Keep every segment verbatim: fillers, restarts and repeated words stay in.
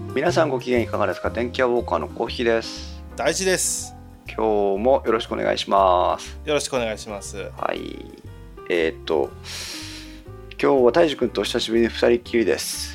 皆さんご機嫌いかがですか。電気屋ウォーカーのコーヒーです。 大地です。 今日もよろしくお願いします。 よろしくお願いします。 はい。えー、っと今日は大地君と久しぶりにふたりっきりです。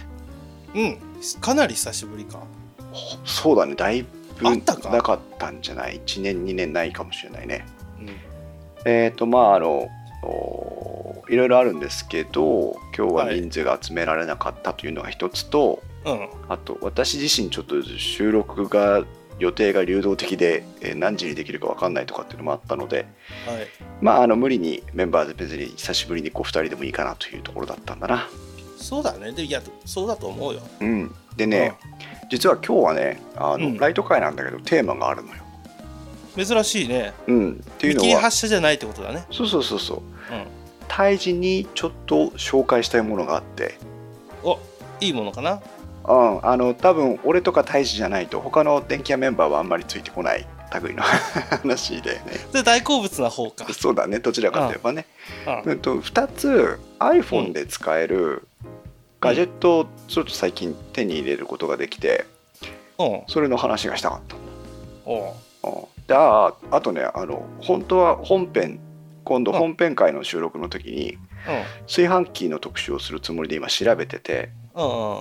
うん、かなり久しぶりか。 そうだね、だいぶあったかなかったんじゃない。いちねんにねんないかもしれないね。 うん、 えー、っとまああのいろいろあるんですけど、今日は人数が集められなかったというのが一つと、はい、あと私自身ちょっと収録が予定が流動的で、えー、何時にできるか分かんないとかっていうのもあったので、はい、まああの無理にメンバーで別に久しぶりにこうふたりでもいいかなというところだったんだな。 そうだね。でいやそうだと思うよ。 うん。でね、うん、実は今日はねあの、うん、ライト会なんだけどテーマがあるのよ。 珍しいね。 うん。っていうのは見切り発車じゃないってことだね。 そうそうそうそう。うん。胎児にちょっと紹介したいものがあって。 お、いいものかな。 うん、あの多分俺とか胎児じゃないと他の電気屋メンバーはあんまりついてこない類の話でね。 で大好物な方か。 そうだね、どちらかといえばね。うん、とふたつ iPhone で使えるガジェットをちょっと最近手に入れることができて、うん、それの話がしたかったんだ。うん、でああとね、あの本当は本編今度本編会の収録の時に、うん、炊飯器の特集をするつもりで今調べてて、うん、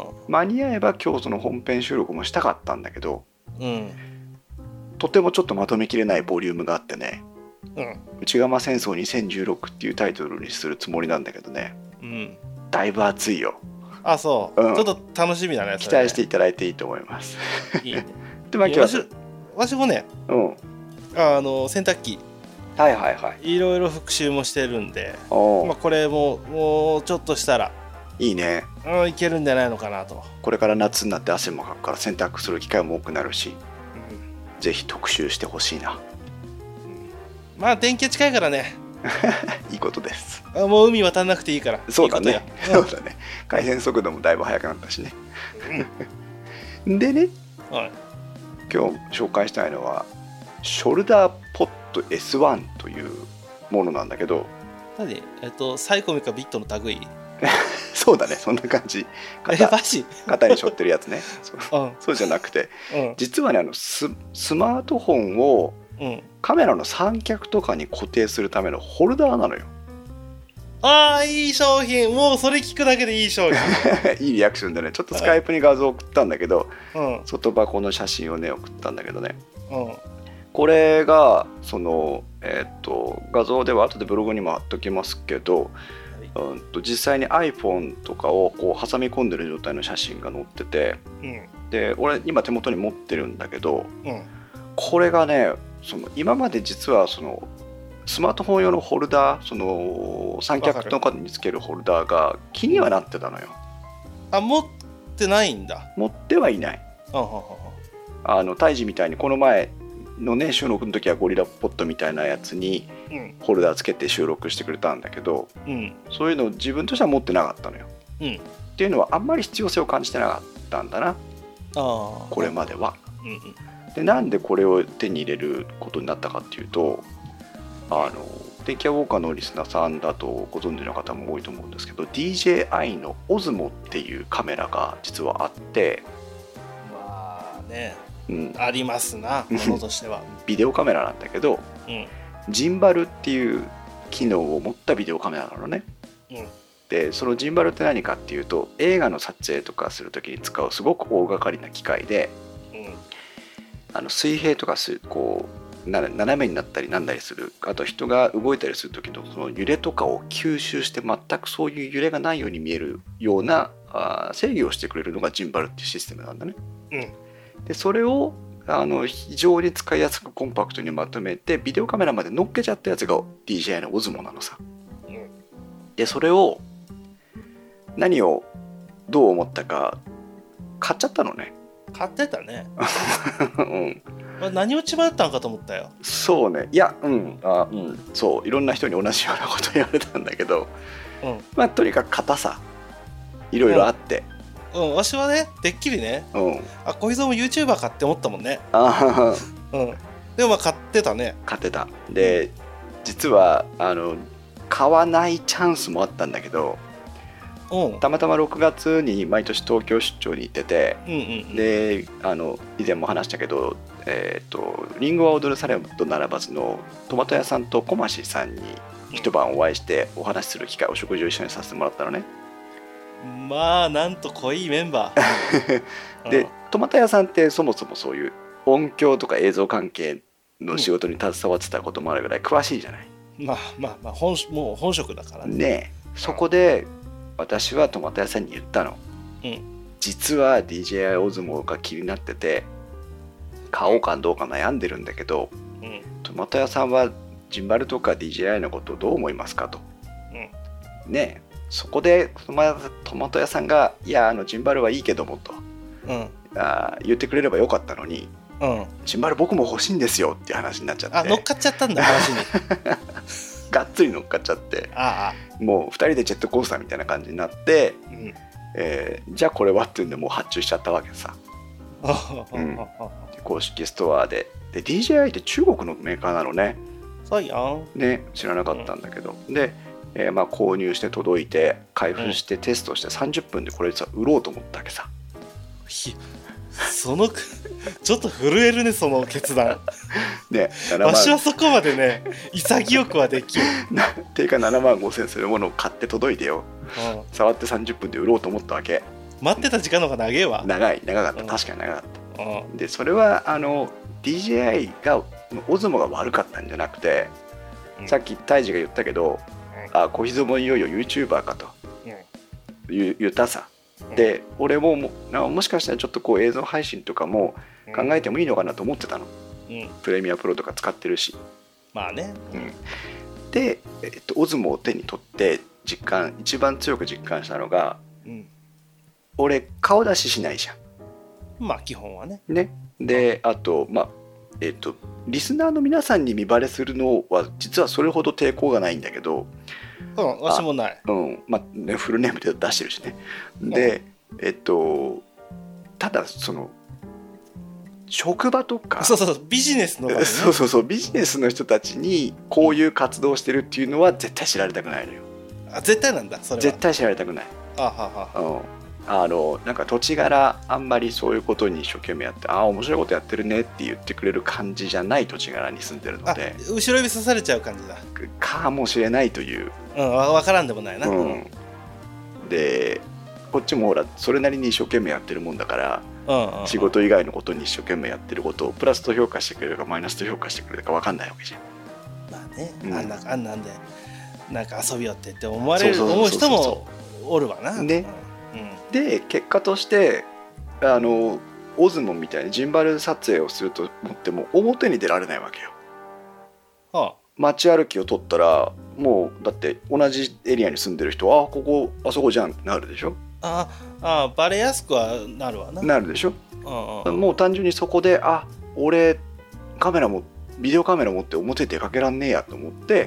間に合えば今日その本編収録もしたかったんだけど、うん、とてもちょっとまとめきれないボリュームがあってね、うん、内釜戦争にせんじゅうろくっていうタイトルにするつもりなんだけどね、うん、だいぶ熱いよ。 あ、そう、うん、ちょっと楽しみだね。 期待していただいていいと思います。 いいね。 でまあ今日わし、わしもね、うん、あの洗濯機はいはいはいいろいろ復習もしてるんで、まあ、これももうちょっとしたらいいね、 うん、いけるんじゃないのかなと。 これから夏になって汗もかくから洗濯する機会も多くなるし、うん、ぜひ特集してほしいな、うん、 まあ電気近いからねいいことです。 あ、もう海渡らなくていいから。 そうだね、 いいそうだね、回転速度もだいぶ速くなったしね、うん、でね、はい、今日紹介したいのはショルダーポット エスワン というものなんだけど、 何、えっとサイコミかビットの類そうだね、そんな感じ。 肩, 肩に背負ってるやつねそう、うん、そうじゃなくて、うん、実はねあの ス, スマートフォンをカメラの三脚とかに固定するためのホルダーなのよ。 ああ、いい商品。もうそれ聞くだけでいい商品いいリアクションでね、ちょっとスカイプに画像送ったんだけど、はい、外箱の写真をね送ったんだけどね、うん、これがその、えー、っと画像では後でブログにも貼っときますけど、うん、と実際に iPhone とかをこう挟み込んでる状態の写真が載ってて、うん、で俺今手元に持ってるんだけど、うん、これがねその今まで実はそのスマートフォン用のホルダー、その三脚とかにつけるホルダーが気にはなってたのよ。 あ、持ってないんだ。 持ってはいない。あの胎児みたいにこの前のね収録の時はゴリラポットみたいなやつにホルダーつけて収録してくれたんだけど、うん、そういうのを自分としては持ってなかったのよ、うん、っていうのはあんまり必要性を感じてなかったんだな、あこれまでは、うんうん、でなんでこれを手に入れることになったかっていうと、あの電気屋ウォーカーのリスナーさんだとご存知の方も多いと思うんですけど ディージェーアイ の オズモ っていうカメラが実はあって、 まあね、うん、ありますな、ものとしてはビデオカメラなんだけど、うん、ジンバルっていう機能を持ったビデオカメラなのね、うん、でそのジンバルって何かっていうと映画の撮影とかするときに使うすごく大掛かりな機械で、うん、あの水平とかすこう斜めになったりなんだりする、あと人が動いたりする時のその揺れとかを吸収して全くそういう揺れがないように見えるようなあ制御をしてくれるのがジンバルっていうシステムなんだね、うん、でそれをあの非常に使いやすくコンパクトにまとめてビデオカメラまで乗っけちゃったやつが ディージェーアイ の オズモ なのさ、うん、でそれを何をどう思ったか買っちゃったのね。 買ってたねうん、 何落ち葉だったのかと思ったよ。 そうね、いや、うん、あ、うん、そういろんな人に同じようなこと言われたんだけど、うん、まあとにかく硬さいろいろあって、 うん、うん、わしはねてっきりね、うん、あ小泉も YouTuber かって思ったもんね。 あ、 うん、でもまあ買ってたね。 買ってた。で実はあの買わないチャンスもあったんだけど、 たまたまろくがつに毎年東京出張に行ってて、うんうんうん、であの以前も話したけど、えー、とリンゴは踊るされどならばずのトマト屋さんと小増さんに一晩お会いしてお話しする機会、お食事を一緒にさせてもらったのね。 まあなんと濃いメンバーでトマト屋さんってそもそもそういう音響とか映像関係の仕事に携わってたこともあるぐらい詳しいじゃない、 うん、まあまあまあ本もう本職だからね。 ねえ、そこで私はトマト屋さんに言ったの、うん、実は ディージェーアイ オズモが気になってて買おうかどうか悩んでるんだけど、うん、トマト屋さんはジンバルとか ディージェーアイ のことをどう思いますかと、うん、ねえ、そこでトマト屋さんがいやあのジンバルはいいけどもと、うん、あ言ってくれればよかったのに、うん、ジンバル僕も欲しいんですよっていう話になっちゃって、 あ乗っかっちゃったんだ話にがっつり乗っかっちゃって、ああもうふたりでジェットコースターみたいな感じになって、うんえー、じゃあこれはっていうんでもう発注しちゃったわけさ、うん、公式ストアでで ディージェーアイ って中国のメーカーなのね。 そうやん、 ね、知らなかったんだけど、うん、で、えーまあ、購入して届いて開封してテストしてさんじゅっぷんでこれ実は売ろうと思ったわけさ。 そのちょっと震えるねその決断ね、 わしはそこまでね潔くはできる定価ななまんごせんするものを買って届いてよ、うん、触ってさんじゅっぷんで売ろうと思ったわけ。 待ってた時間の方が長いわ。 長い長かった、うん、確かに長かった、うん、でそれはあの ディージェーアイ がオズモが悪かったんじゃなくて、うん、さっきタイジが言ったけど、うん、あ小秘蔵もいよいよ YouTuber かと、うん、言, 言ったさ。で俺も も, もしかしたらちょっとこう映像配信とかも考えてもいいのかなと思ってたの、うん、プレミアプロとか使ってるし、 まあね、 うん、で、えっと、オズモを手に取って実感一番強く実感したのが、うん、俺顔出ししないじゃん。まあ基本はね。 ねであとまあえっとリスナーの皆さんに見バレするのは実はそれほど抵抗がないんだけど、 うん、わしもない。 うん、まあ、ね、フルネームで出してるしね。で、うん、えっと、ただその職場とか、 そうそうビジネスの場で、ね、 そうそうそうビジネスの人たちにこういう活動をしてるっていうのは絶対知られたくないのよ。 あ、絶対なんだ。それは絶対知られたくない。あはは。うん。あのなんか土地柄あんまりそういうことに一生懸命やってああ面白いことやってるねって言ってくれる感じじゃない土地柄に住んでるので、 後ろ指刺されちゃう感じだかもしれないという、 うん、分からんでもないな、うん、 でこっちもほらそれなりに一生懸命やってるもんだから、うんうんうん、仕事以外のことに一生懸命やってることをプラスと評価してくれるかマイナスと評価してくれるか分かんないわけじゃん。 まあね、うん、あんなあんなんでなんか遊びよってって思われる思う人もおるわな。ね、 うん、で結果としてあのオズモみたいにジンバル撮影をすると思っても表に出られないわけよ。はあ、街歩きを撮ったらもうだって同じエリアに住んでる人はあここあそこじゃんってなるでしょ。 ああバレやすくはなるわな。 なるでしょ。ああもう単純にそこであ俺カメラもビデオカメラ持って表出かけらんねえやと思って、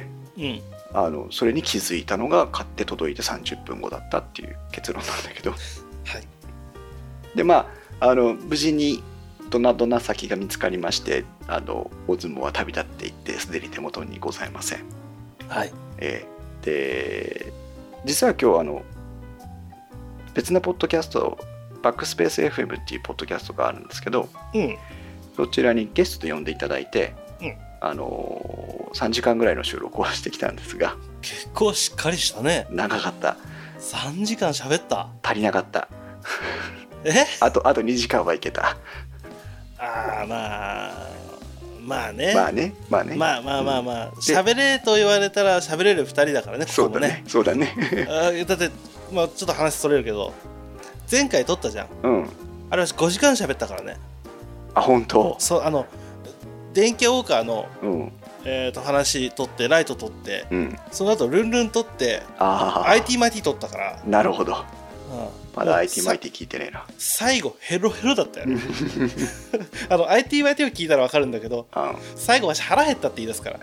うん、あのそれに気づいたのが買って届いてさんじゅっぷんごだったっていう結論なんだけど、はい、でまああの無事にドナドナ先が見つかりましてあのオズモは旅立っていってすでに手元にございません。はい、えー、で実は今日あの別なポッドキャストバックスペース エフエム っていうポッドキャストがあるんですけど、うん、そちらにゲストで呼んでいただいて、うん、あのー、さんじかんぐらいの収録をしてきたんですが結構しっかりしたね。 長かった。 さんじかん喋った。 足りなかったえあとあとにじかんはいけた。 ああまあまあねまあねまあねまあまあまあまあ喋、うん、れと言われたら喋れるふたりだからね。 そうだねそうだねあだってまあちょっと話それるけど前回撮ったじゃん、うん、あれはごじかん喋ったからね。 あ本当。 そうあの電気ウォーカーの、うんえー、と話撮ってライト撮って、うん、その後ルンルン撮ってあ アイティー マイティ撮ったから。 なるほど、うん、まだ アイティー マイティ聞いてねえな。 最後ヘロヘロだったよねあの アイティー マイティを聞いたら分かるんだけど、うん、最後わし腹減ったって言い出すから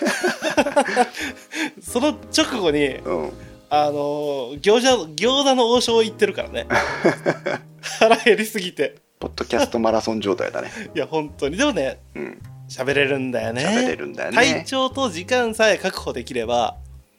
その直後に、うんあの餃子餃子の王将行ってるからね腹減りすぎてポッドキャストマラソン状態だねいや本当にでもね喋、うん、れるんだよね。 喋れるんだよね。 体調と時間さえ確保できれば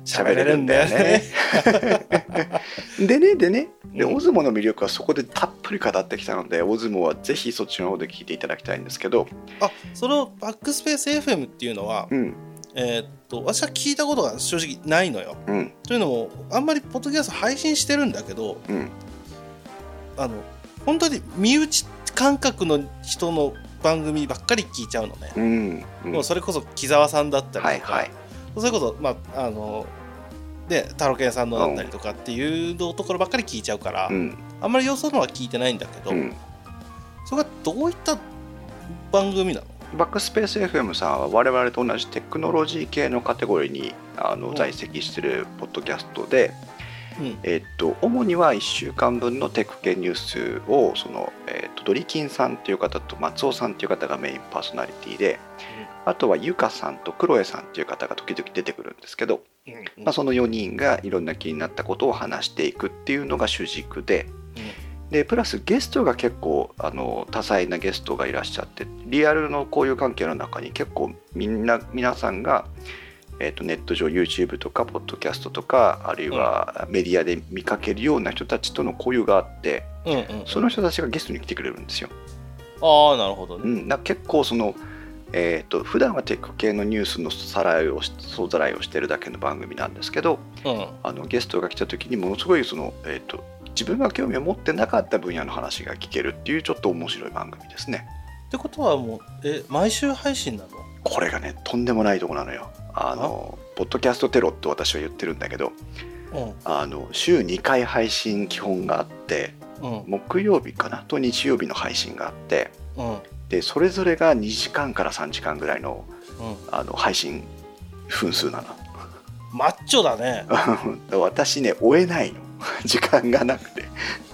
喋れるんだよねでねでねで、うん、オズモの魅力はそこでたっぷり語ってきたので、オズモはぜひそっちの方で聞いていただきたいんですけど、 あ、そのバックスペース エフエム っていうのは、うん、えー、っと私は聞いたことが正直ないのよ、うん、というのもあんまりポッドキャスト配信してるんだけど、うん、あの本当に身内感覚の人の番組ばっかり聞いちゃうのね、うんうん、もうそれこそ木澤さんだったりとか、はいはい、それこそ、まああのでタロケンさんのだったりとかっていうのところばっかり聞いちゃうから、うん、あんまりよそのは聞いてないんだけど、うん、それがどういった番組なの？ バックスペース エフエム さんは我々と同じテクノロジー系のカテゴリーにあの在籍しているポッドキャストで、うん、えー、っと主にはいっしゅうかんぶんのテック系ニュースをその、えー、っとドリキンさんっていう方と松尾さんっていう方がメインパーソナリティで、うん、あとはゆかさんとクロエさんっていう方が時々出てくるんですけど、うんうん、まあ、そのよにんがいろんな気になったことを話していくっていうのが主軸で、うん、でプラスゲストが結構あの多彩なゲストがいらっしゃって、リアルの交友関係の中に結構みんな皆さんがえー、とネット上 YouTube とかポッドキャストとかあるいはメディアで見かけるような人たちとの交流があって、うんうんうん、その人たちがゲストに来てくれるんですよ。 ああ、なるほどね。 うん、だ結構その、えー、と普段はテック系のニュースのさらいを総ざらいをしてるだけの番組なんですけど、うん、あのゲストが来た時にものすごいその、えー、と自分が興味を持ってなかった分野の話が聞けるっていうちょっと面白い番組ですね。 ってことはもうえ毎週配信なの？ これがねとんでもないとこなのよ。あのポッドキャストテロって私は言ってるんだけど、うん、あの週にかい配信基本があって、うん、木曜日かなと日曜日の配信があって、うん、でそれぞれがにじかんからさんじかんぐらい の,、うん、あの配信分数なの。 マッチョだね私ね追えないの時間がなくて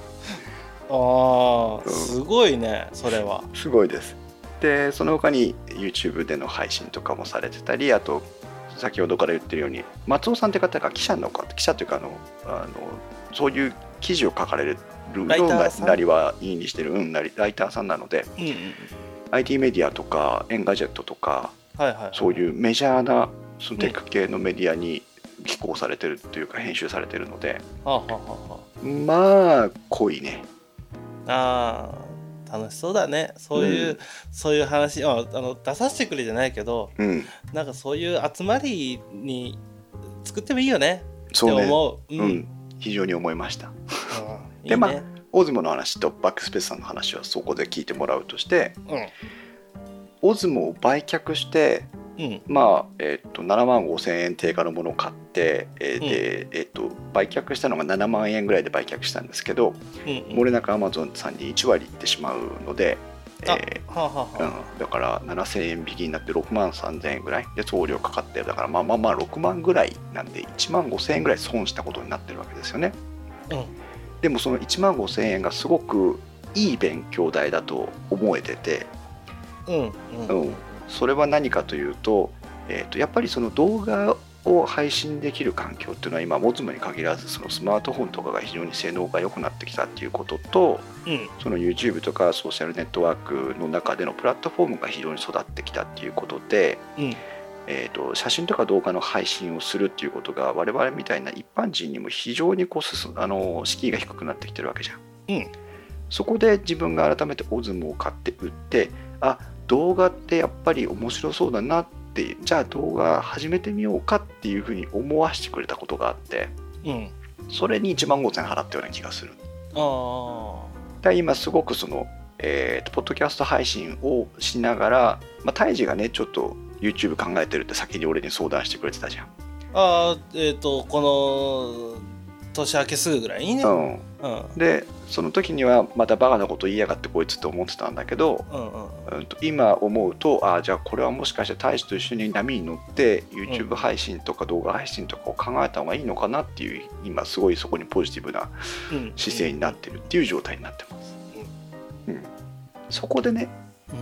ああ、すごいね、それはすごいです。でその他に YouTube での配信とかもされてたり、あと先ほどから言ってるように松尾さんって方が記者の方記者というかあのあのそういう記事を書かれるのなりはいいにしてる、うん、なりライターさんなので、うんうん、アイティー メディアとかエンガジェットとか、はいはいはい、そういうメジャーなそのテック系のメディアに寄稿されてるというか編集されてるので、うん、はあはあはあ、まあ濃いね。 ああ、楽しそうだね。そういう、うん、そういう話、あの出させてくれじゃないけど、うん、なんかそういう集まりに作ってもいいよねって思う。そうね、うんうん、 非常に思いました。で、いいね、まあオズモの話とバックスペースさんの話はそこで聞いてもらうとして、うん、オズモを売却して、うん、まあ、えー、とななまんごせんえん定価のものを買って、えーでうんえー、と売却したのがななまんえんぐらいで売却したんですけど、うんうん、漏れなくアマゾンさんにいちわりいってしまうので、えーはあはあうん、だからななせんえん引きになってろくまんさんぜんえんぐらいで送料かかって、だからまあまあまあろくまんぐらいなんでいちまんごせんえんぐらい損したことになってるわけですよね、うん、でもそのいちまんごせんえんがすごくいい勉強代だと思えてて、うんうんうんそれは何かというと、えー、とやっぱりその動画を配信できる環境っていうのは今モズモに限らずそのスマートフォンとかが非常に性能が良くなってきたっていうことと、うん、その YouTube とかソーシャルネットワークの中でのプラットフォームが非常に育ってきたっていうことで、うんえー、と写真とか動画の配信をするっていうことが我々みたいな一般人にも非常にこう進あの敷居が低くなってきてるわけじゃん、うん、そこで自分が改めてオズモを買って売って、あ動画ってやっぱり面白そうだなって、じゃあ動画始めてみようかっていうふうに思わせてくれたことがあって、うん、それにいちまんごせんえん払ったような気がする。あだ今すごくその、えーと、ポッドキャスト配信をしながら、まあ、タイジがねちょっと YouTube 考えてるって先に俺に相談してくれてたじゃん。 あえっ、ー、とこの年明けすぐぐらいにね、うんうん、でその時にはまたバカなこと言いやがってこいつって思ってたんだけど、うんうんうん、今思うとあじゃあこれはもしかして大使と一緒に波に乗って YouTube 配信とか動画配信とかを考えた方がいいのかなっていう今すごいそこにポジティブな姿勢になってるっていう状態になってます、うんうん、そこでね、うん、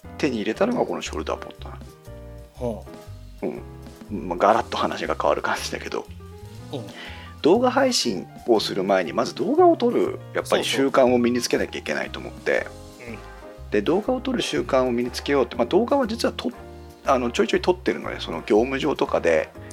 手に入れたのがこのショルダーポットなの、うんまあ、ガラッと話が変わる感じだけど、うん動画配信をする前にまず動画を撮るやっぱり習慣を身につけなきゃいけないと思って、そうそう、うん、で動画を撮る習慣を身につけようって、まあ、動画は実はとあのちょいちょい撮ってるのでその業務上とかで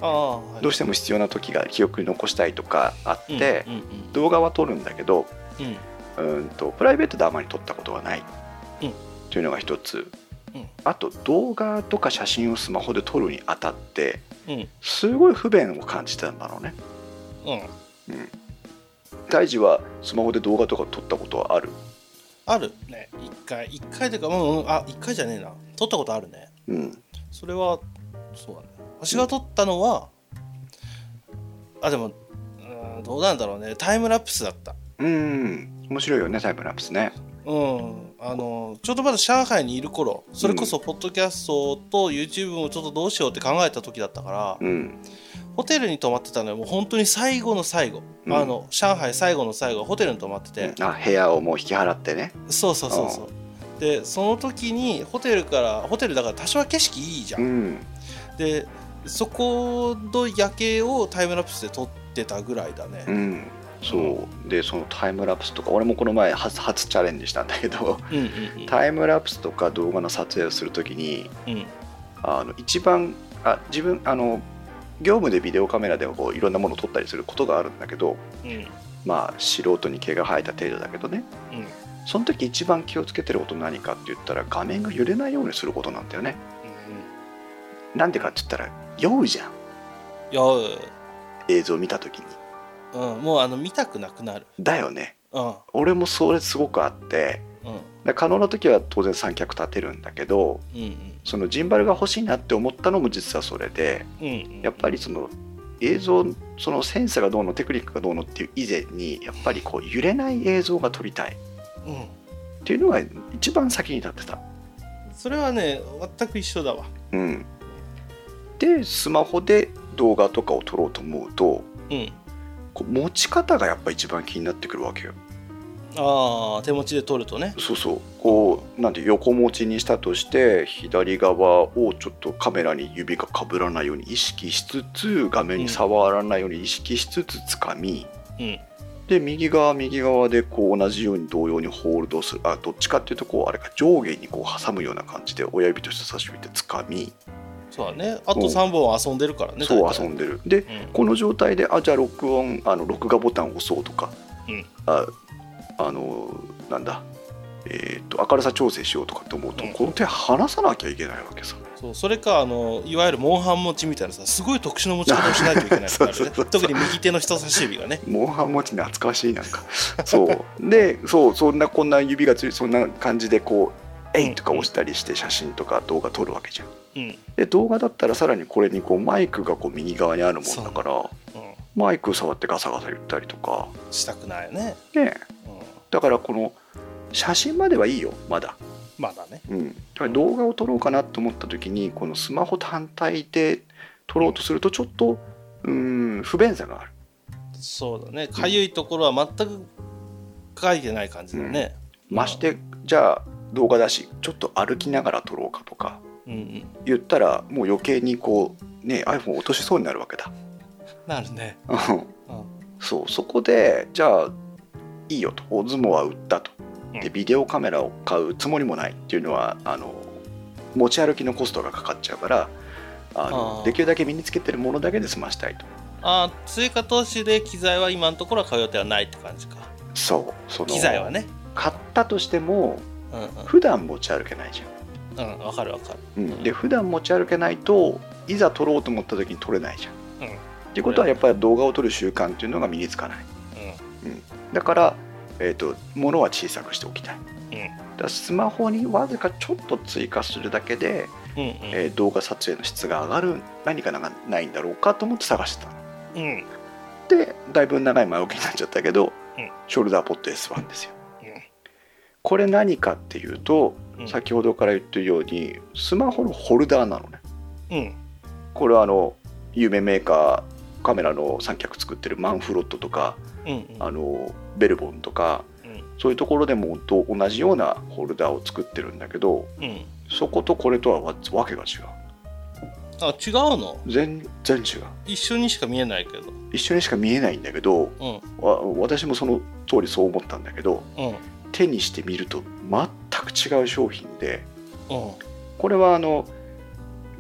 あ、はい、 どうしても必要な時が記憶に残したいとかあって、うんうんうん、動画は撮るんだけど、うん、うんとプライベートであまり撮ったことはない、うん、というのが一つ、うん、あと動画とか写真をスマホで撮るにあたって、うん、すごい不便を感じたんだろうね。うんうん、大地はスマホで動画とか撮ったことはある？ あるね、一回一回というか、うん、あ一回じゃねえな、撮ったことあるね。うん、それはそうだね。私が撮ったのは、うん、あでもうんどうなんだろうね、タイムラプスだった。 うん面白いよねタイムラプスね。 うんあのちょうどまだ上海にいる頃、それこそポッドキャストと YouTube もちょっとどうしようって考えた時だったから、うん、ホテルに泊まってたのはもう本当に最後の最後、うん、あの上海最後の最後はホテルに泊まってて、 うん、あ部屋をもう引き払ってね。 そうそうそうそう。でその時にホテルからホテルだから多少は景色いいじゃん、うん、でそこの夜景をタイムラプスで撮ってたぐらいだね。うんそうでそのタイムラプスとか俺もこの前 初, 初チャレンジしたんだけど、うんうんうん、タイムラプスとか動画の撮影をするときに、うん、あの一番あ自分あの業務でビデオカメラでこういろんなものを撮ったりすることがあるんだけど、うん、まあ素人に毛が生えた程度だけどね、うん、その時一番気をつけてること何かって言ったら画面が揺れないようにすることなんだよね、うん、なんでかって言ったら酔うじゃん。 酔う映像を見た時に、 うん、もうあの見たくなくなる。 だよね、うん、俺もそれすごくあって、うん、だ可能な時は当然三脚立てるんだけど、うんうん、そのジンバルが欲しいなって思ったのも実はそれで、うんうん、やっぱりその映像そのセンサーがどうのテクニックがどうのっていう以前にやっぱりこう揺れない映像が撮りたい、うん、っていうのが一番先に立ってた。 それはね全く一緒だわ、うん、 でスマホで動画とかを撮ろうと思うと、うんこう持ち方がやっぱ一番気になってくるわけよ。 ああ手持ちで撮るとね。 そうそうこうなんて横持ちにしたとして左側をちょっとカメラに指がかぶらないように意識しつつ画面に触らないように意識しつつ掴み、うん、で右側右側でこう同じように同様にホールドする。あどっちかっていうとこうあれか上下にこう挟むような感じで親指と人差し指で掴み。 そうだね、あとさんぼんは遊んでるからね。 そう遊んでるで、うん、この状態であじゃあ録音あの録画ボタンを押そうとか、うん、ああのなんだえー、と明るさ調整しようとかって思うと、うん、この手離さなきゃいけないわけさ。 そうそれかあのいわゆるモンハン持ちみたいなさすごい特殊な持ち方をしないといけないからね。特に右手の人差し指がねモンハン持ち懐かしいなんかそうでそうそんなこんな指がついそんな感じでこうえいとか押したりして写真とか動画撮るわけじゃん、うん、で動画だったらさらにこれにこうマイクがこう右側にあるもんだから、うん、マイク触ってガサガサ言ったりとかしたくないよね。 ね、うん、だからこの写真まではいいよまだまだね、 うん、だから動画を撮ろうかなと思った時にこのスマホ単体で撮ろうとするとちょっとうーん不便さがある。 そうだねかゆいところは全く書いてない感じだね、 うん、ましてじゃあ動画だしちょっと歩きながら撮ろうかとか言ったらもう余計にこうね iPhone 落としそうになるわけだ。 なるね、 うん、そうそこでじゃあいいよと大相撲は売ったとでビデオカメラを買うつもりもないっていうのはあの持ち歩きのコストがかかっちゃうからあのあできるだけ身につけてるものだけで済ましたいと。 あ追加投資で機材は今のところは買う予定はないって感じか。 そうその機材はね買ったとしてもうんうん、普段持ち歩けないじゃん。うん、わかるわかる、 うん、で普段持ち歩けないといざ撮ろうと思った時に撮れないじゃん、うん、っていうことはやっぱり動画を撮る習慣っていうのが身につかない、うんうん、だから、えーと、物は小さくしておきたい、うん、だからスマホにわずかちょっと追加するだけで、うんうんえー、動画撮影の質が上がる何かないんだろうかと思って探してたの、うん、でだいぶ長い前置きになっちゃったけど、うん、ショルダーポッド エスワン ですよ。これ何かっていうと、うん、先ほどから言ってるようにスマホのホルダーなのね、うん、これはあの有名メーカーカメラの三脚作ってるマンフロットとか、うんうん、あのベルボンとか、うん、そういうところでもと同じようなホルダーを作ってるんだけど、うん、そことこれとはわけが違う。 あ違うの？ 全然違う。 一緒にしか見えないけど一緒にしか見えないんだけど、うん、わ私もその通りそう思ったんだけど、うん手にしてみると全く違う商品で、うん、これはあの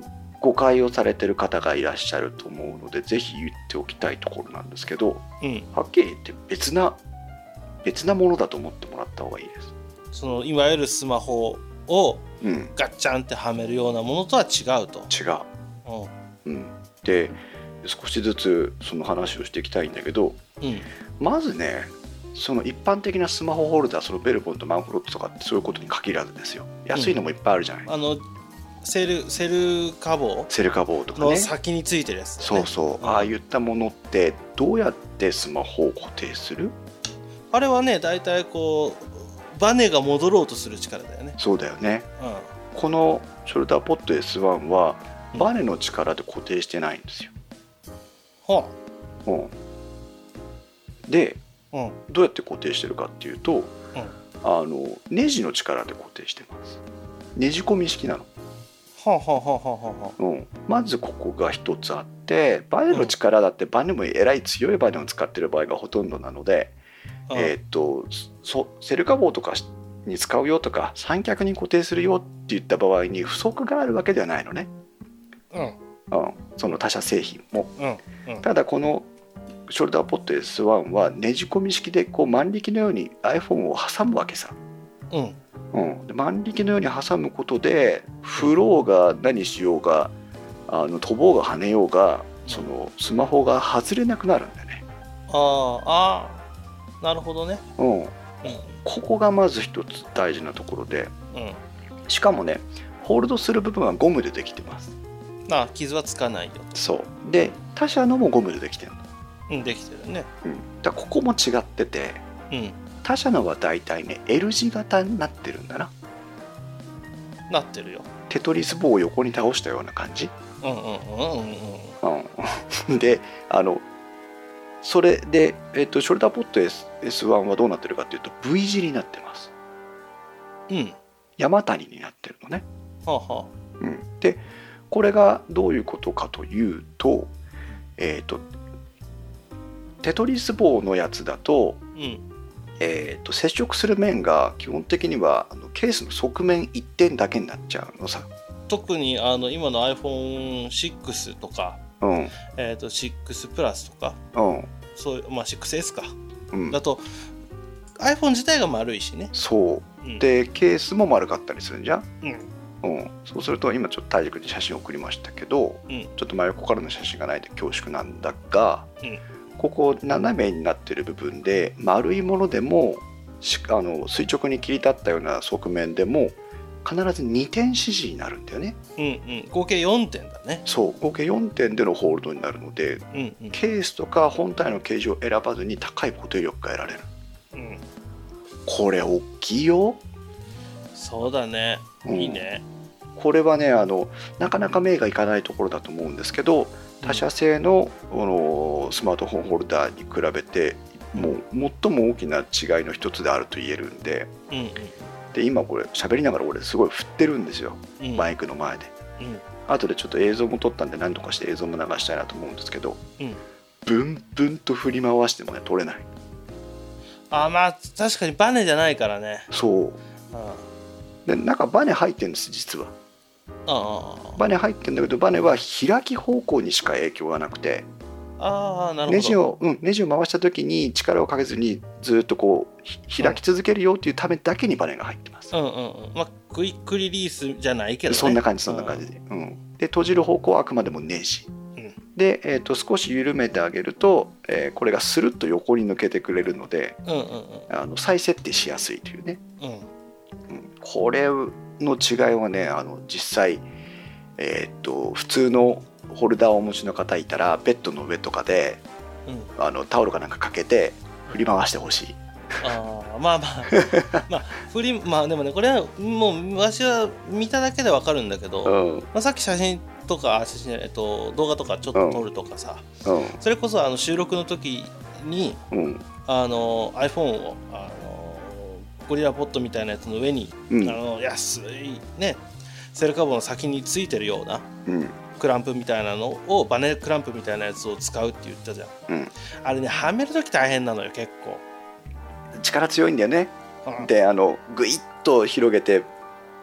誤解をされてる方がいらっしゃると思うので、ぜひ言っておきたいところなんですけど、うん、はっきり言って別な別なものだと思ってもらった方がいいです。 そのいわゆるスマホをガッチャンってはめるようなものとは違うと。 違う、うんうん、で少しずつその話をしていきたいんだけど、うん、まずね、その一般的なスマホホルダー、そのベルボンとマンフロットとかってそういうことに限らずですよ。安いのもいっぱいあるじゃない、うん、 あのセルセルカボセルカボとかね、 の先についてるやつ、ね、 そうそう、うん、ああいったものってどうやってスマホを固定する？ あれはね、だいたいこうバネが戻ろうとする力だよね。 そうだよね、うん、このショルダーポッド エスワン はバネの力で固定してないんですよ、はあ、うん、で、うん、どうやって固定してるかっていうと、うん、あのネジの力で固定してます。ネジ込み式なの。 はあはあはあはあ、 うん、まずここが一つあって、バネの力だってバネもえらい強いバネを使ってる場合がほとんどなので、うん、えー、っとそセルカボーとかに使うよとか三脚に固定するよって言った場合に不足があるわけではないのね、うんうん、その他社製品も、うんうん、ただこのショルダーポッド エスワン はネジ込み式でこう万力のように iPhone を挟むわけさ、うんうん、で万力のように挟むことで振ろうが何しようがあの飛ぼうが跳ねようがそのスマホが外れなくなるんだよね。 ああなるほどね、 うんうん、ここがまず一つ大事なところで、うん、しかもねホールドする部分はゴムでできてます。 ああ傷はつかないよ。 そうで他社のもゴムでできてるの。 うん、できてるね、 うん、だここも違ってて、うん、他社のはだいたいね L 字型になってるんだな。 なってるよ。 テトリス棒を横に倒したような感じ。うんうんうんうんうん。で、あのそれで、えっと、ショルダーポッド エスワン はどうなってるかっていうと V 字になってます。うん。山谷になってるのね。はあはあ。うん。で、これがどういうことかというと、えっとテトリス棒のやつだと、うんえー、と接触する面が基本的にはあのケースの側面いってんだけになっちゃうのさ。 特にあの今の アイフォンシックス とか、うんえー、とシックスプラスとか、うんそういうまあ、シックスエス か、うん、だと iPhone 自体が丸いしね。 そう、うん、でケースも丸かったりするんじゃん、うんうん、そうすると今ちょっと大樹に写真送りましたけど、うん、ちょっと真横からの写真がないで恐縮なんだが、うんここ斜めになっている部分で丸いものでもあの垂直に切り立ったような側面でも必ずにてん指示になるんだよね、 うんうん、合計よんてんだね。 そう合計よんてんでのホールドになるので、うんうん、ケースとか本体の形状を選ばずに高い固定力が得られる、うん、これ大きいよ。 そうだね、うん、いいね。 これはねあのなかなか目がいかないところだと思うんですけど他社製 の, のスマートフォンホルダーに比べてもう最も大きな違いの一つであると言えるんで、うんうん、で今これ喋りながら俺すごい振ってるんですよ、うん、マイクの前で、うん、後でちょっと映像も撮ったんで何とかして映像も流したいなと思うんですけど、うん、ブンブンと振り回してもね撮れない。 あまあ確かにバネじゃないからね。 そうあでなんかバネ入ってるんです実は。ああバネ入ってるんだけどバネは開き方向にしか影響がなくて、 ああなるほど。 ネジを、うん、ネジを回した時に力をかけずにずっとこう開き続けるよっていうためだけにバネが入ってます。 うんうんうん。まあクイックリリースじゃないけどね。 そんな感じそんな感じで。うん。で閉じる方向はあくまでもネジ。うん、で、えーと、少し緩めてあげると、えー、これがスルッと横に抜けてくれるので、うんうんうん、あの再設定しやすいというね。うんうん、これの違いはねあの実際、えー、と普通のホルダーをお持ちの方いたらベッドの上とかで、うん、あのタオルかなんかかけて振り回してほしい。 あまあまあまあ振りまあでもねこれはもう私は見ただけでわかるんだけど、うんまあ、さっき写真とか写真、えっと、動画とかちょっと撮るとかさ、うん、それこそあの収録の時に、うん、あの iPhone をあのゴリラポッドみたいなやつの上に、うん、あの安いねセルカボの先についてるような、うんクランプみたいなのをバネクランプみたいなやつを使うって言ったじゃん、うん、あれねはめるとき大変なのよ結構力強いんだよね、うん、であのグイッと広げて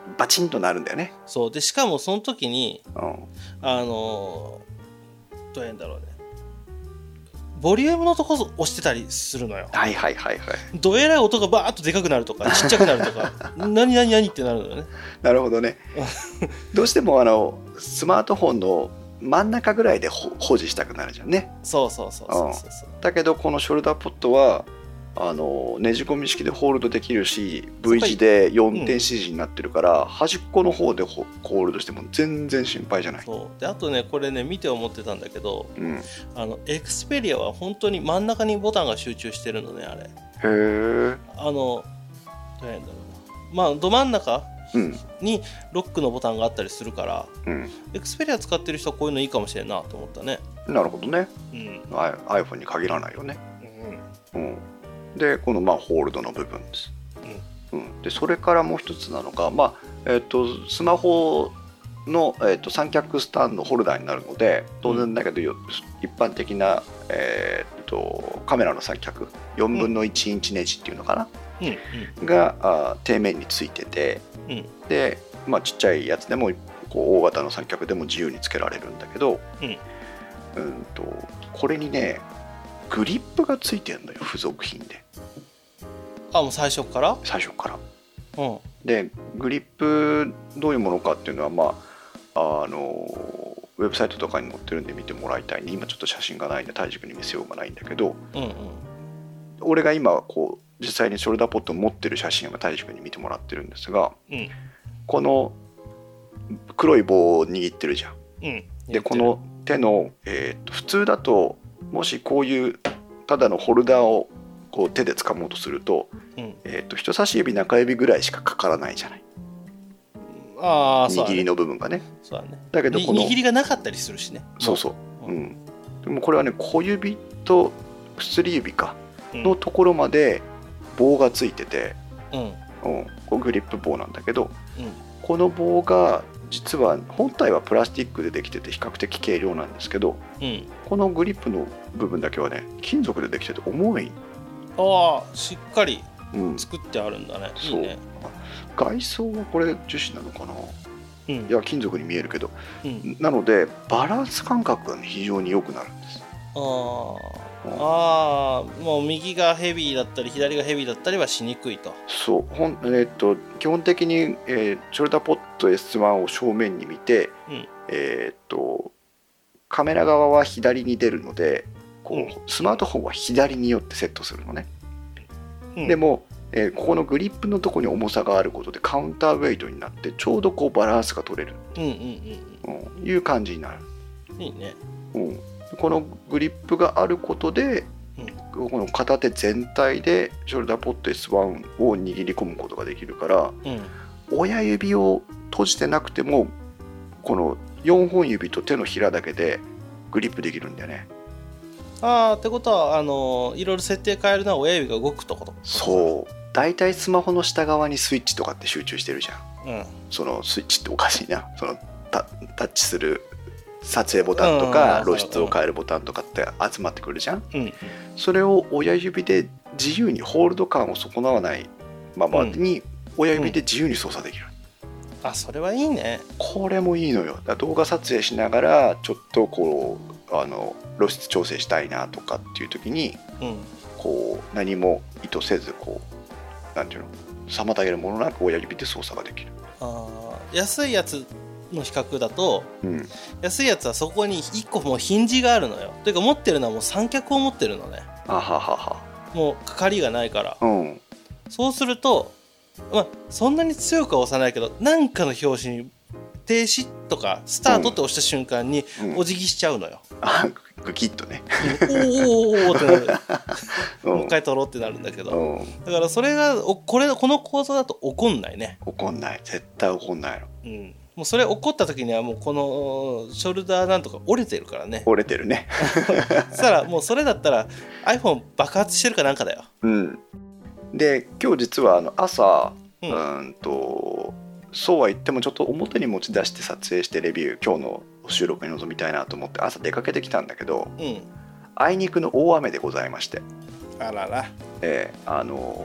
バチンとなるんだよね。 そうでしかもその時に、 うん、 あのどうやんだろうね、ボリュームのとこ押してたりするのよ。 はいはいはいはい。 どえらい音がバーッとでかくなるとかちっちゃくなるとか何何何ってなるのよね。 なるほどね。どうしてもあのスマートフォンの真ん中ぐらいで保持したくなるじゃんね。 そうそうそうそうそうそう、 うん、だけどこのショルダーポットはあのねじ込み式でホールドできるし V 字でよんてん シージー になってるから、うん、端っこの方でホールドしても全然心配じゃない。 そうであとねこれね見て思ってたんだけど、 うん、 あのエクスペリアは本当に真ん中にボタンが集中してるのねあれ。へえ。 あのどうやんだろうな、まあど真ん中にロックのボタンがあったりするから、うん、エクスペリア使ってる人はこういうのいいかもしれんなと思ったね。 なるほどね、 うん、 iPhone に限らないよね。うん、うんでこのまあホールドの部分です、うんうん、でそれからもう一つなのが、まあえー、とスマホの、えー、と三脚スタンドホルダーになるので当然だけど、うん、一般的な、えー、とカメラの三脚よんぶんのいちインチネジっていうのかな、うんうん、があ底面についてて、うん、で、まあ、ちっちゃいやつでもこう大型の三脚でも自由につけられるんだけど、うんうん、とこれにねグリップがついてるのよ付属品で。 あもう最初から最初から、うん、でグリップどういうものかっていうのは、まあ、あのウェブサイトとかに載ってるんで見てもらいたいね。今ちょっと写真がないんで大軸に見せようがないんだけど、うんうん、俺が今こう実際にショルダーポットを持ってる写真を大軸に見てもらってるんですが、うん、この黒い棒を握ってるじゃん、うん、でこの手の、えー、と普通だともしこういうただのホルダーをこう手で掴もうとすると、うんえー、と人差し指中指ぐらいしかかからないじゃない。 あ握りの部分がね。 そうだね。 だけどこの握りがなかったりするしね。 そうそう、うん、でもこれはね小指と薬指かのところまで棒がついてて、うんうん、こうグリップ棒なんだけど、うん、この棒が実は本体はプラスチックでできてて比較的軽量なんですけど、うん、このグリップの部分だけはね金属でできてて重い。 ああしっかり作ってあるんだね、うん、いいね。 外装はこれ樹脂なのかな、うん、いや金属に見えるけど、うん、なのでバランス感覚が、ね、非常に良くなるんです。 ああもう右がヘビーだったり左がヘビーだったりはしにくいと。 そうほん、えー、っと基本的に、えー、ショルダーポット エスワン を正面に見て、うんえー、っとカメラ側は左に出るのでこう、うん、スマートフォンは左によってセットするのね、うん、でも、えー、ここのグリップのところに重さがあることでカウンターウェイトになってちょうどこうバランスが取れると、うんうんうんうん、いう感じになる。 いいね、 うんこのグリップがあることで、うん、この片手全体でショルダーポット エスワン を握り込むことができるから、うん、親指を閉じてなくてもこのよんほん指と手のひらだけでグリップできるんだよね。 あーってことはあのいろいろ設定変えるのは親指が動くってこと。 そうだいたいスマホの下側にスイッチとかって集中してるじゃん、うん、そのスイッチっておかしいなその タ, タッチする撮影ボタンとか露出を変えるボタンとかって集まってくるじゃん、うん、それを親指で自由にホールド感を損なわないままに親指で自由に操作できる、 うん、あそれはいいね。 これもいいのよ。だ動画撮影しながらちょっとこうあの露出調整したいなとかっていう時に、うん、こう何も意図せずこうなんていうの妨げるものなく親指で操作ができる。 あ安いやつの比較だと、うん、安いやつはそこにいっこもうヒンジがあるのよ。というか持ってるのはもう三脚を持ってるのね。 あはははもうかかりがないから、 うん、 そうすると、まあ、そんなに強くは押さないけど何かの拍子に停止とかスタートって押した瞬間にお辞儀しちゃうのよ、 うん、あグキッとねおーおーおーってなるもう一回取ろうってなるんだけど、うん、だからそれがこれこの構造だと怒んないね。 怒んない絶対怒んないの、 うんもうそれ起こった時にはもうこのショルダーなんとか折れてるからね。 折れてるねそしたらもうそれだったら iPhone 爆発してるかなんかだよ。 うんで今日実はあの朝、うん、うんとそうは言ってもちょっと表に持ち出して撮影してレビュー今日の収録に臨みたいなと思って朝出かけてきたんだけど、うん、あいにくの大雨でございまして、 あらら、 えー、あの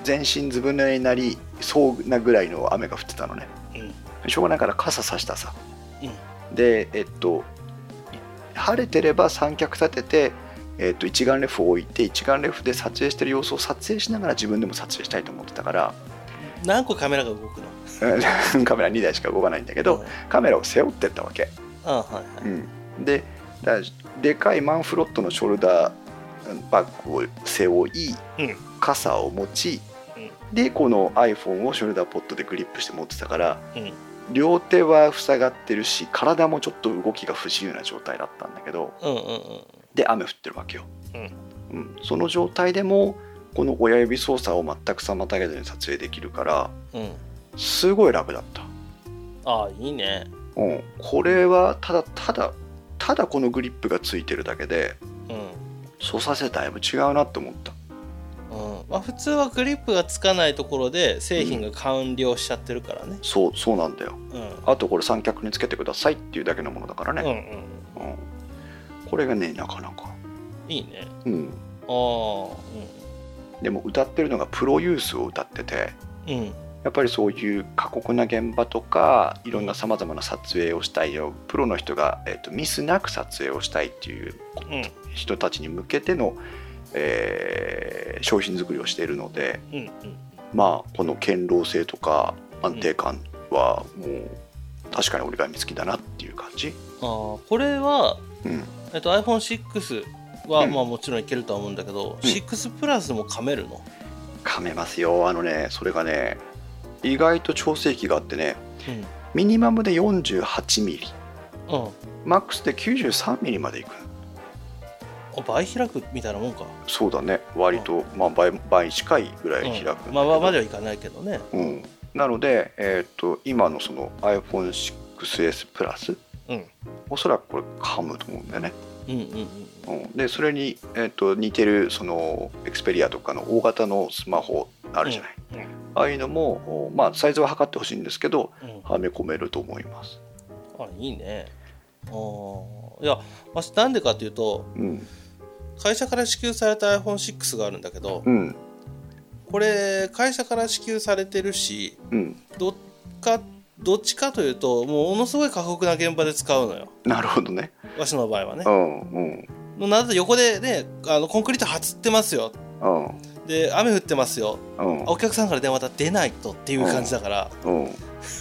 全身ずぶ濡れになりそうなぐらいの雨が降ってたのね、うん、しょうがないから傘さしたさ、うん、でえっと晴れてれば三脚立てて、えっと、一眼レフを置いて一眼レフで撮影してる様子を撮影しながら自分でも撮影したいと思ってたから。 何個カメラが動くのカメラにだいしか動かないんだけど、うん、カメラを背負ってったわけ。あ、はいはい、うん、でだでかいマンフロットのショルダーバッグを背負い、うん、傘を持ち、うん、でこの iPhone をショルダーポットでグリップして持ってたから、うん、両手は塞がってるし体もちょっと動きが不自由な状態だったんだけど、うんうんうん、で雨降ってるわけよ、うんうん、その状態でもこの親指操作を全く妨げずに撮影できるから、うん、すごい楽だった。 ああいいね、 うん、これはただただただこのグリップがついてるだけで、うん、操作性だいぶ違うなって思った、 うんまあ、普通はグリップがつかないところで製品が完了しちゃってるからね、 うん、そうそうなんだよ、うん、あとこれ三脚につけてくださいっていうだけのものだからね、うんうんうん、これがねなかなかいいね、うん、ああ、うん、でも歌ってるのがプロユースを歌ってて、うん、やっぱりそういう過酷な現場とかいろんなさまざまな撮影をしたいよプロの人が、えーと、ミスなく撮影をしたいっていう人たちに向けての、えー、商品作りをしているので、うんうん、まあこの堅牢性とか安定感はもう確かに折り紙付きだなっていう感じ。 あこれは、うんえーと、アイフォンシックス は、うんまあ、もちろんいけるとは思うんだけど、うん、シックスプラスも噛めるの？ 噛めますよ。あのねそれがね意外と調整器があってね、うん、ミニマムで よんじゅうはちミリ、うん、マックスで きゅうじゅうさんミリまでいく。 あ倍開くみたいなもんか。 そうだね割と、うんまあ、倍, 倍近いぐらい開くんだけど、 うん、まあまではいかないけどね、 うん、なので、えー、と今のその アイフォンシックスエス プラス、うん、おそらくこれ噛むと思うんだよね、うんうんうんうん、でそれに、えー、と似てるそのエクスペリアとかの大型のスマホあるじゃない、うんうん、ああいうのも、まあ、サイズは測ってほしいんですけど、うん、はめ込めると思います。 あいいね。あいやなんでかっていうと、うん、会社から支給された アイフォンシックス があるんだけど、うん、これ会社から支給されてるし、うん、どっかどっちかというとものすごい過酷な現場で使うのよ。 なるほどね。 わしの場合はね、うんうん、なぜ横でねあのコンクリート張ってますよ、うん、で雨降ってますよ、うん、お客さんから電話だ出ないとっていう感じだから、うんうん、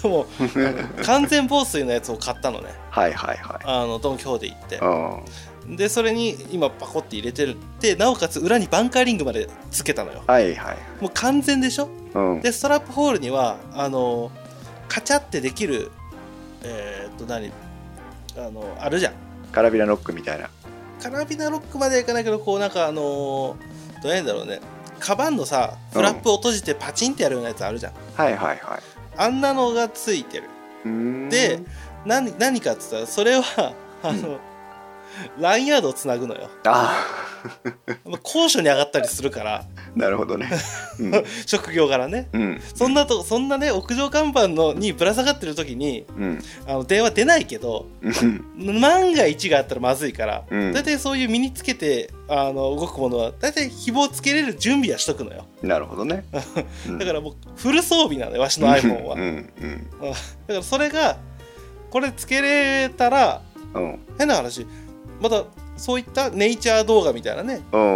もう完全防水のやつを買ったのねはいはいはいあのドン・キホーテ行って、うん、でそれに今パコって入れてるでなおかつ裏にバンカーリングまでつけたのよ。はいはいもう完全でしょ、うん、でストラップホールにはあのカチャってできるえー、っと何あのあるじゃんカラビナロックみたいな。 カラビナロックまではいかないけどこうなんかあのどうやんだろうねカバンのさフラップを閉じてパチンってやるようなやつあるじゃん、うん、はいはいはいあんなのがついてる。うーんで 何, 何かって言ったらそれはあの、うんラインヤードをつなぐのよ。あ高所に上がったりするからなるほどね、 うん、職業柄ね、うん、そんなとそんなね屋上看板のにぶら下がってる時に、うん、あの電話出ないけど、うん、万が一があったらまずいから、うん、だいたいそういう身につけてあの動くものはだいたい紐をつけれる準備はしとくのよ。 なるほどねだからもうフル装備なのよわしの iPhone は、うんうん、だからそれがこれつけれたら、うん、変な話またそういったネイチャー動画みたいなね、うん、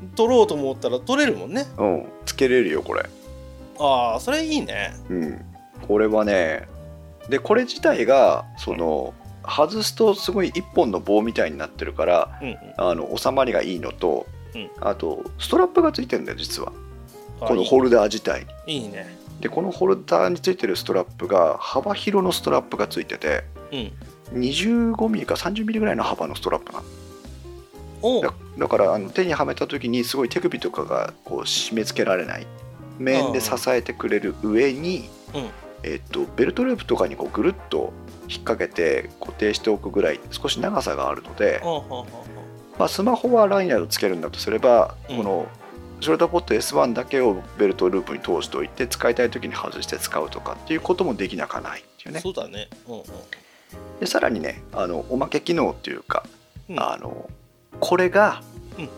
撮ろうと思ったら撮れるもんね。 うん、つけれるよこれ。 ああそれいいね。 うん、これはねでこれ自体がその、うん、外すとすごい一本の棒みたいになってるから、うんうん、あの収まりがいいのと、うん、あとストラップがついてるんだよ実はこのホルダー自体に。いいね。でこのホルダーについてるストラップが幅広のストラップがついてて、うんにじゅうごミリかさんじゅうミリぐらいの幅のストラップなの。だ, だからあの手にはめた時にすごい手首とかがこう締め付けられない面で支えてくれる上に、うんえー、とベルトループとかにこうぐるっと引っ掛けて固定しておくぐらい少し長さがあるので、まあ、スマホはラインヤードつけるんだとすれば、うん、このショルダーポット エスワン だけをベルトループに通しておいて使いたい時に外して使うとかっていうこともできなくはないっていうね。 そうだね、うんうんでさらにねあのおまけ機能っていうか、うん、あのこれが、うん、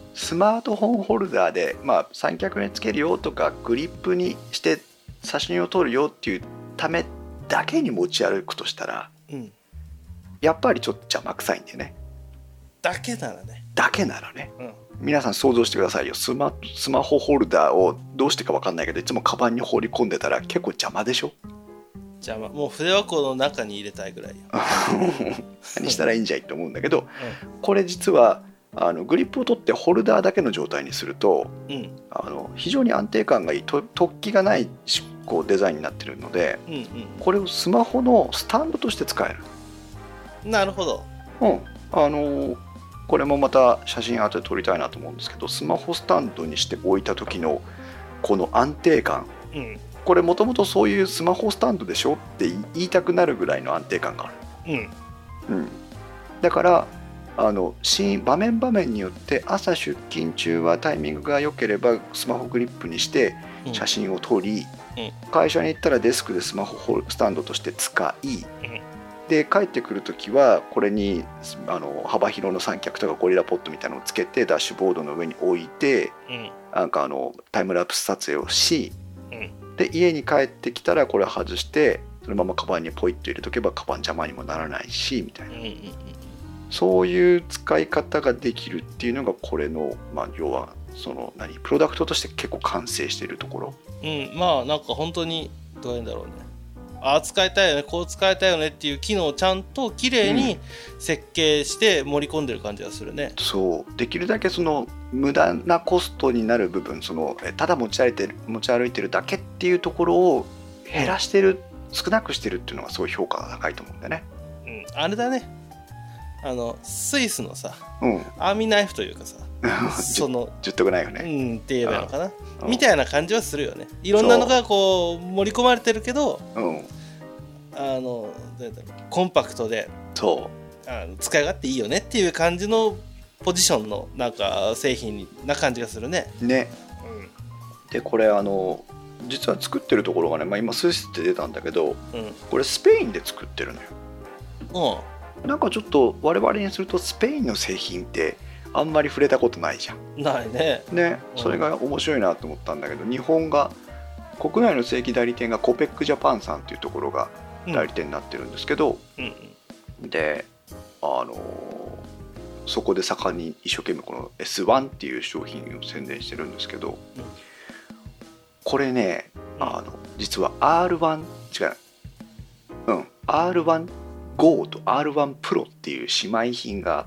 スマートフォンホルダーで、まあ、三脚につけるよとかグリップにして写真を撮るよっていうためだけに持ち歩くとしたら、うん、やっぱりちょっと邪魔くさいんだよね。 だけならね。 だけならね、うん、皆さん想像してくださいよ。スマ、スマホホルダーをどうしてか分かんないけどいつもカバンに放り込んでたら結構邪魔でしょ。 邪魔。もう筆箱の中に入れたいぐらいよ何したらいいんじゃいって思うんだけど、うん、これ実はあのグリップを取ってホルダーだけの状態にすると、うん、あの非常に安定感がいいと突起がないこうデザインになってるので、うんうん、これをスマホのスタンドとして使える。 なるほど、 うん、あのこれもまた写真後で撮りたいなと思うんですけど、スマホスタンドにして置いた時のこの安定感、うん、これもともとそういうスマホスタンドでしょって言いたくなるぐらいの安定感がある、うんうん、だからあのシーン場面場面によって朝出勤中はタイミングが良ければスマホグリップにして写真を撮り、うん、会社に行ったらデスクでスマホスタンドとして使い、うん、で帰ってくるときはこれにあの幅広の三脚とかゴリラポットみたいなのをつけてダッシュボードの上に置いて、うん、なんかあのタイムラプス撮影をし、うん、で家に帰ってきたらこれを外してそのままカバンにポイッと入れとけばカバン邪魔にもならないしみたいな、うんうんうん、そういう使い方ができるっていうのがこれの、まあ、要はその何プロダクトとして結構完成しているところ。 うん、まあなんか本当にどういうんだろうね、ああ使いたいよねこう使いたいよねっていう機能をちゃんと綺麗に設計して盛り込んでる感じがするね、 うん、そうできるだけその無駄なコストになる部分、そのただ持ち歩いてる持ち歩いてるだけっていうところを減らしてる、うん、少なくしてるっていうのがすごい評価が高いと思うんだよね。 うん、あれだね、あのスイスのさ、うん、アーミーナイフというかさその十徳ナイフね、 うんって言えばいいのかな、うん、みたいな感じはするよね。いろんなのがこう盛り込まれてるけど、うん、あのコンパクトでそうあの使い勝手いいよねっていう感じのポジションのなんか製品な感じがするね。 ね、うん、でこれあの実は作ってるところがね、まあ、今スイスって出たんだけど、うん、これスペインで作ってるのよ。うん、なんかちょっと我々にするとスペインの製品ってあんまり触れたことないじゃん。 ないね。 ね、それが面白いなと思ったんだけど、日本が国内の正規代理店がコペックジャパンさんっていうところが代理店になってるんですけど、うんうん、で、あのー、そこで盛んに一生懸命この エスワン っていう商品を宣伝してるんですけど、うん、これね、あの実は アールワン 違う、うん アールワンゴー と アールワン プロっていう姉妹品があって、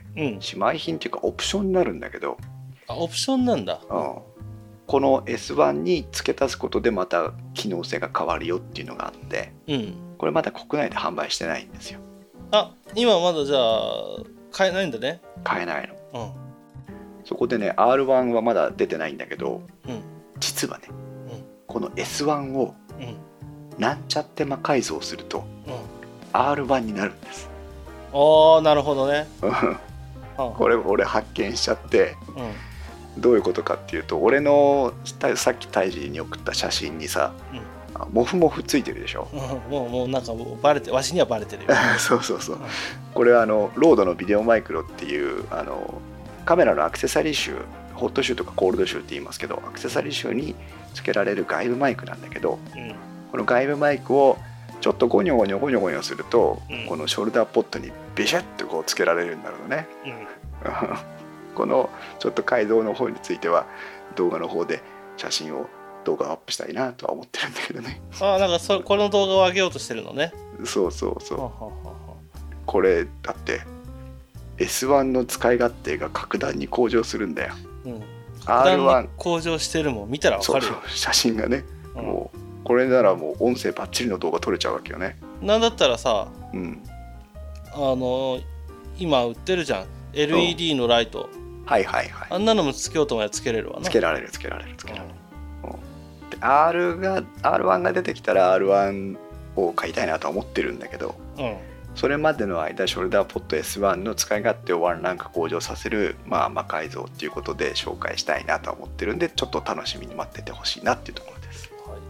うん、姉妹品っていうかオプションになるんだけど、 あオプションなんだ、うん、 この エスワン に付け足すことでまた機能性が変わるよっていうのがあって、うん、これまだ国内で販売してないんですよ。 あ今まだじゃあ買えないんだね。 買えないの、うん、そこでね アールワン はまだ出てないんだけど、うん、実はね、うん、この エスワン をなんちゃって魔改造すると、うん、アールワン になるんです。 ああなるほどねこれ俺発見しちゃって、うん、どういうことかっていうと、俺のさっきタイジに送った写真にさ、うん、モフモフついてるでしょ、うん、 もうもうなんかもうバレてわしにはバレてるよそうそうそう、うん、これはあのロードのビデオマイクロっていうあのカメラのアクセサリー集、ホットシューとかコールドシューって言いますけど、アクセサリー集につけられる外部マイクなんだけど、うん、この外部マイクをちょっとゴニョゴニョゴニョゴニョすると、うん、このショルダーポットにビシャッとこうつけられるんだろうね、うん、このちょっと改造の方については動画の方で写真を動画をアップしたいなとは思ってるんだけどね。 ああなんかそこの動画を上げようとしてるのね。 そうそうそう、ははははこれだって エスワン の使い勝手が格段に向上するんだよ、うん、 格段に向上してるもん見たら分かるよ。 そうそう写真がね、うん、もうこれならもう音声バッチリの動画撮れちゃうわけよね。 なんだったらさ、うん、あの今売ってるじゃん エルイーディー のライト、 うん、はいはいはい、 あんなのもつけようと思えばつけれるわな。 つけられるつけられるつけられる、うん、で R が アールワン が出てきたら アールワン を買いたいなとは思ってるんだけど、うん、それまでの間ショルダーポット エスワン の使い勝手をワンランク向上させる、まあ、魔改造っていうことで紹介したいなとは思ってるんで、ちょっと楽しみに待っててほしいなっていうところです。 はい、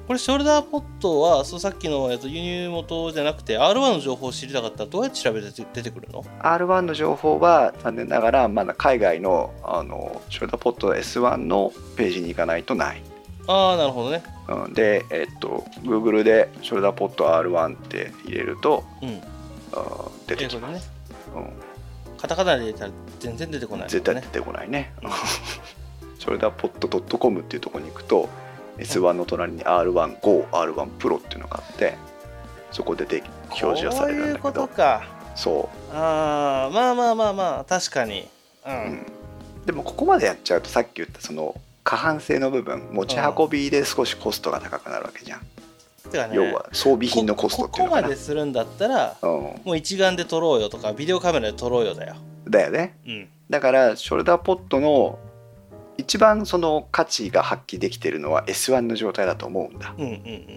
これショルダーポットはそうさっきの、えっと、輸入元じゃなくて アールワン の情報を知りたかったらどうやって調べて出てくるの？ アールワン の情報は残念ながらまだ海外の、あのショルダーポット エスワン のページに行かないとない。 ああなるほどね。 うん、で、えっと Google でショルダーポット アールワン って入れると、うん、あ出てきます、ね、うん、 カタカナで入れたら全然出てこない、ね、 絶対出てこないね。ショルダーポット .com っていうところに行くと エスワン の隣に アールワン ゴー、アールワン プロっていうのがあって、そこでで表示はされるんだけど。 こういうことか。 そう。 ああまあまあまあまあ確かに、うんうん、 でもここまでやっちゃうとさっき言ったその過半性の部分、持ち運びで少しコストが高くなるわけじゃん。てかね、要は装備品のコストっていうのかな。 ここまでするんだったら、うん、もう一眼で撮ろうよとかビデオカメラで撮ろうよだよ。だよね、うん、だからショルダーポットの一番その価値が発揮できているのは エスワン の状態だと思うんだ、うんうんうん、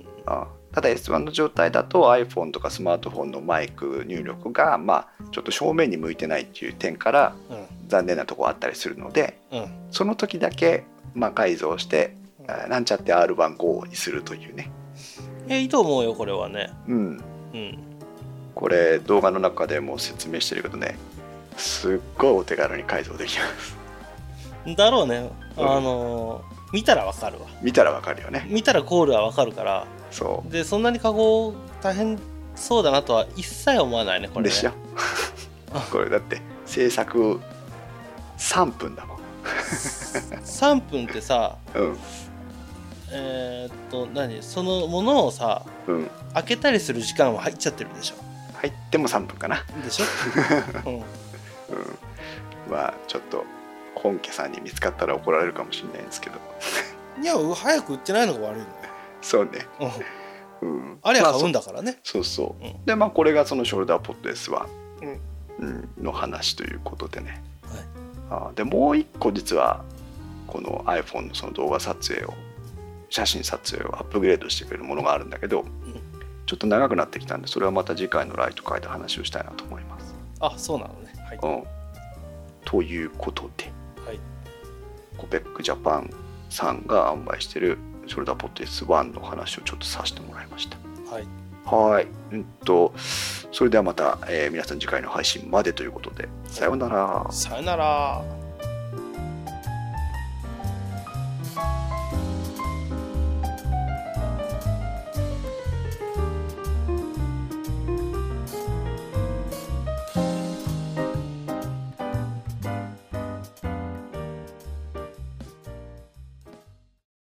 あただ エスワン の状態だと iPhone とかスマートフォンのマイク入力がまあちょっと正面に向いてないっていう点から残念なところあったりするので、うん、その時だけまあ改造して、うん、なんちゃって アールワン ゴー にするというね。 えいいと思うよこれはね。 うん、うん、これ動画の中でも説明してるけどね、すっごいお手軽に改造できます。 だろうね。あのー、見たらわかるわ。 見たらわかるよね。 見たらゴールはわかるから。 そうでそんなに加工大変そうだなとは一切思わないねこれね。 でしょ。これだって制作さんぷんだもん。 さんぷんってさ、 うん、 えー、っと何そのものをさ、うん、開けたりする時間は入っちゃってるでしょ。 入ってもさんぷんかな。 でしょ。うん、うん、 まあちょっと本家さんに見つかったら怒られるかもしれないんですけど。 いや早く売ってないのが悪いの。 そうね、 うん、あれは買うんだからね、まあ、 そ, そうそう、うん、でまあこれがそのショルダーポット エスワン、うん、の話ということでね、はい、あでもう一個実はこの iPhone のその動画撮影を写真撮影をアップグレードしてくれるものがあるんだけど、うん、ちょっと長くなってきたんでそれはまた次回のライト会で話をしたいなと思います。 あそうなのね、はい、 うん、ということで、はい、コペックジャパンさんが販売してるショルダーポット エスワン の話をちょっとさせてもらいました。 はいはい、うんとそれではまた、えー、皆さん次回の配信までということで、さようなら。 さようなら。